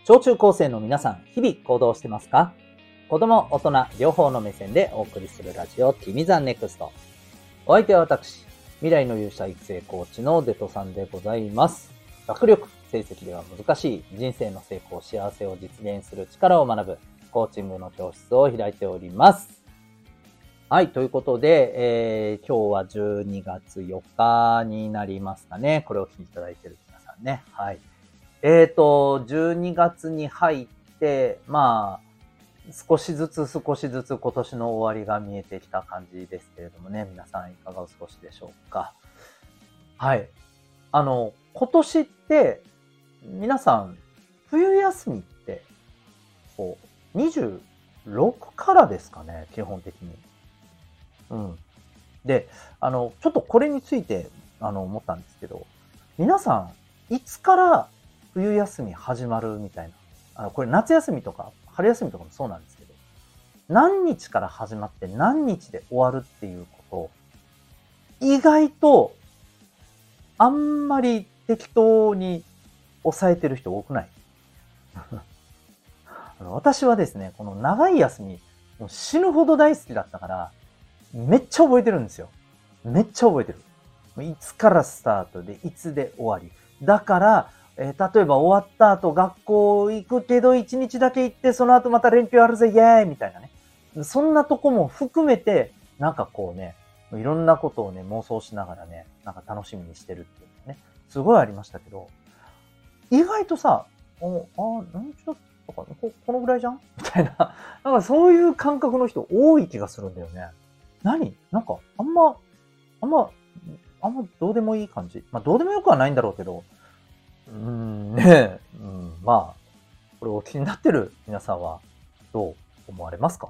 小中高生の皆さん、日々行動してますか？子供、大人、両方の目線でお送りするラジオ、君ザネクスト。お相手は私、未来の勇者育成コーチのデトさんでございます。学力、成績では難しい人生の成功、幸せを実現する力を学ぶコーチングの教室を開いております。はい、ということで、今日は12月4日になりますかね。これを聞いていただいている皆さんね。はい。12月に入って、少しずつ今年の終わりが見えてきた感じですけれどもね、皆さんいかがお過ごしでしょうか。はい。今年って、皆さん、冬休みって、26からですかね、基本的に。うん。で、ちょっとこれについて、思ったんですけど、皆さん、いつから冬休み始まるみたいな。これ夏休みとか、春休みとかもそうなんですけど、何日から始まって何日で終わるっていうこと、意外と、あんまり適当に抑えてる人多くない？私はですね、この長い休み、もう死ぬほど大好きだったから、めっちゃ覚えてるんですよ。めっちゃ覚えてる。いつからスタートで、いつで終わり。だから、例えば終わった後学校行くけど1日だけ行って、その後また連休あるぜ、イエーイみたいなね。そんなとこも含めて、なんかこうね、いろんなことをね、妄想しながらね、なんか楽しみにしてるっていうのね、すごいありましたけど、意外とさ、何日だったかな、このぐらいじゃんみたいな、なんかそういう感覚の人多い気がするんだよね。なんか、あんまどうでもいい感じ。どうでもよくはないんだろうけど、これお気になってる皆さんはどう思われますか？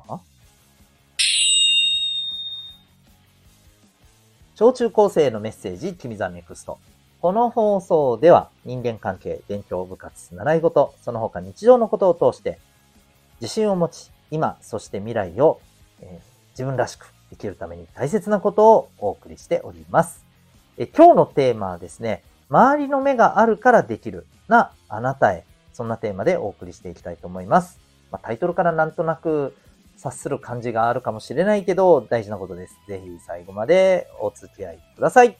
小中高生へのメッセージ、君ザネクスト。この放送では人間関係、勉強、部活、習い事、その他日常のことを通して自信を持ち、今、そして未来を、自分らしく生きるために大切なことをお送りしております。今日のテーマはですね、周りの目があるからできるなあなたへ。そんなテーマでお送りしていきたいと思います。タイトルからなんとなく察する感じがあるかもしれないけど、大事なことです。ぜひ最後までお付き合いください。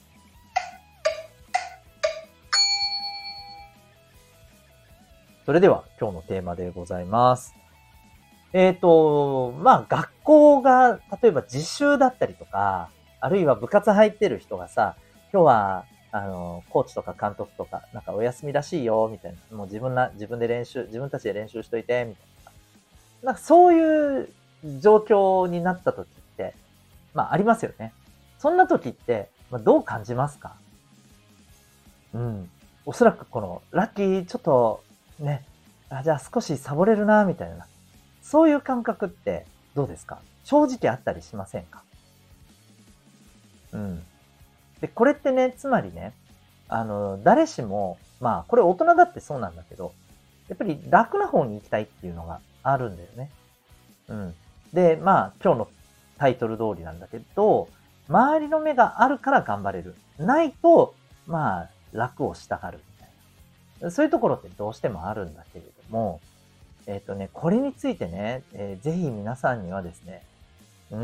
それでは今日のテーマでございます。学校が、例えば自習だったりとか、あるいは部活入ってる人がさ、今日は、コーチとか監督とか、なんかお休みらしいよ、みたいな。もう自分で自分たちで練習しといて、みたいな。なんかそういう状況になった時って、ありますよね。そんな時って、どう感じますか？うん。おそらくこの、ラッキー、ちょっと、ね、じゃあ少しサボれるな、みたいな。そういう感覚ってどうですか？正直あったりしませんか？うん。で、これってね、つまりね、誰しも、これ大人だってそうなんだけど、やっぱり楽な方に行きたいっていうのがあるんだよね。うん。で、今日のタイトル通りなんだけど、周りの目があるから頑張れる。ないと、楽をしたがるみたいな。そういうところってどうしてもあるんだけれども、これについてね、ぜひ皆さんにはですね、うん、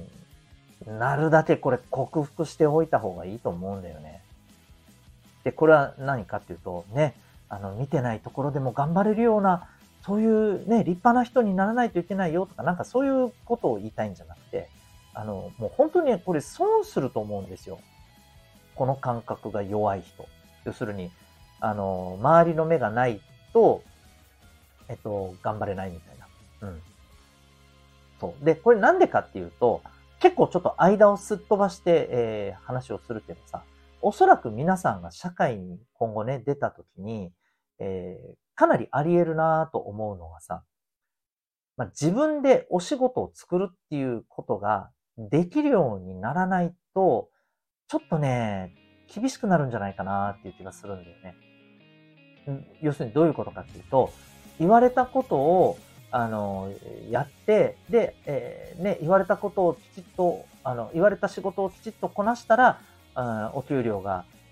なるだけこれ克服しておいた方がいいと思うんだよね。で、これは何かっていうと、ね、見てないところでも頑張れるような、そういうね、立派な人にならないといけないよとか、なんかそういうことを言いたいんじゃなくて、もう本当にこれ損すると思うんですよ。この感覚が弱い人。要するに、周りの目がないと、頑張れないみたいな。うん。そう。で、これなんでかっていうと、結構ちょっと間をすっ飛ばして、話をするけどさ、おそらく皆さんが社会に今後ね、出た時に、かなりあり得るなと思うのがさ、自分でお仕事を作るっていうことができるようにならないと、ちょっとね、厳しくなるんじゃないかなっていう気がするんだよね。要するにどういうことかっていうと、言われたことを、やって、で、言われたことをきちっと、言われた仕事をきちっとこなしたら、お給料が、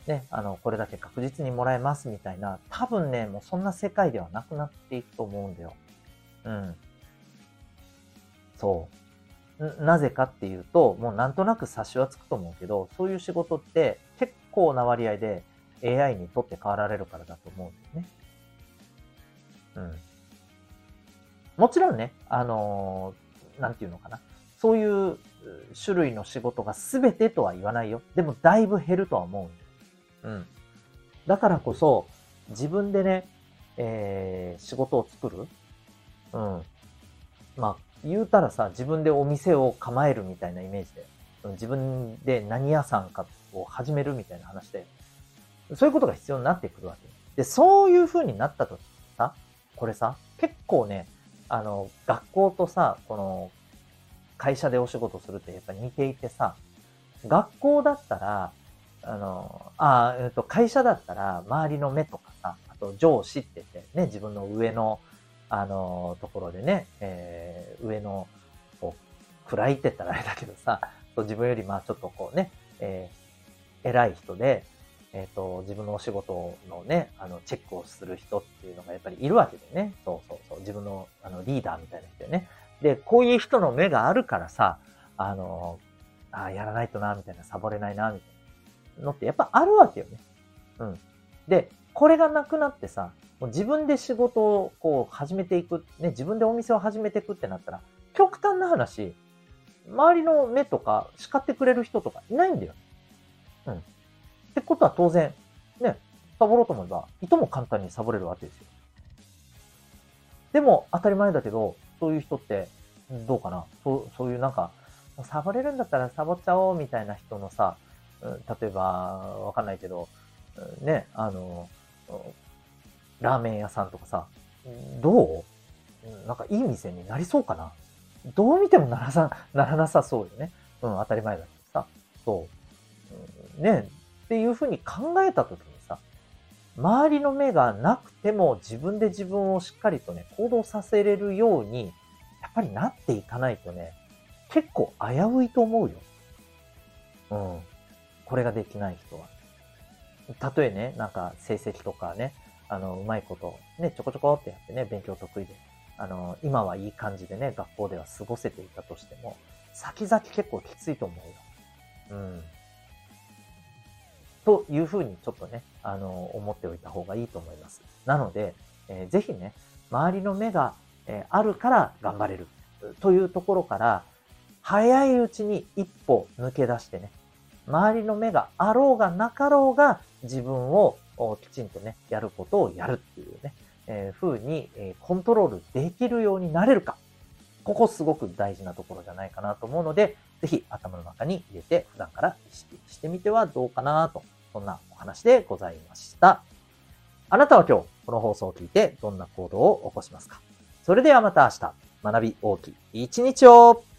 ね、これだけ確実にもらえますみたいな、多分ね、もうそんな世界ではなくなっていくと思うんだよ。うん。そう。なぜかっていうと、もうなんとなく察しはつくと思うけど、そういう仕事って結構な割合で AI に取って代わられるからだと思うんだよね。うん。もちろんね、なんていうのかな。そういう種類の仕事が全てとは言わないよ。でもだいぶ減るとは思うんだよ。うん。だからこそ、自分でね、仕事を作る。うん。まあ、言うたらさ、自分でお店を構えるみたいなイメージで、自分で何屋さんかを始めるみたいな話で、そういうことが必要になってくるわけ。で、そういう風になったとさ、これさ、結構ね、学校とさ、この会社でお仕事するってやっぱり似ていてさ、学校だったら、会社だったら、周りの目とかさ、あと上司って言ってね、自分の上の、ところでね、上の、こう、位って言ったらあれだけどさ、そう自分よりまあちょっとこうね、偉い人で、自分のお仕事のね、チェックをする人っていうのがやっぱりいるわけでね。そうそうそう。自分の、リーダーみたいな人でね。で、こういう人の目があるからさ、あの、やらないとな、みたいな、サボれないな、みたいなのってやっぱあるわけよね。うん。で、これがなくなってさ、もう自分で仕事をこう始めていく、ね、自分でお店を始めていくってなったら、極端な話、周りの目とか叱ってくれる人とかいないんだよ。うん。ってことは当然、ね、サボろうと思えば、いとも簡単にサボれるわけですよ。でも、当たり前だけど、そういう人って、どうかなそういうなんか、サボれるんだったらサボっちゃおうみたいな人のさ、例えば、わかんないけど、ね、ラーメン屋さんとかさ、どうなんかいい店になりそうかな。どう見てもならなさそうよね。うん、当たり前だけどさ。そう。ね、っていうふうに考えたときにさ、周りの目がなくても自分で自分をしっかりとね、行動させれるように、やっぱりなっていかないとね、結構危ういと思うよ。うん。これができない人は。たとえね、なんか成績とかね、うまいこと、ね、ちょこちょこってやってね、勉強得意で、今はいい感じでね、学校では過ごせていたとしても、先々結構きついと思うよ。うん。というふうにちょっとね、思っておいた方がいいと思います。なので、ぜひね、周りの目が、あるから頑張れるというところから、早いうちに一歩抜け出してね、周りの目があろうがなかろうが自分をきちんとね、やることをやるっていうね、風に、コントロールできるようになれるか。ここすごく大事なところじゃないかなと思うので、ぜひ頭の中に入れて普段から意識してみてはどうかなと、そんなお話でございました。あなたは今日この放送を聞いてどんな行動を起こしますか？それではまた明日、学び大きい一日を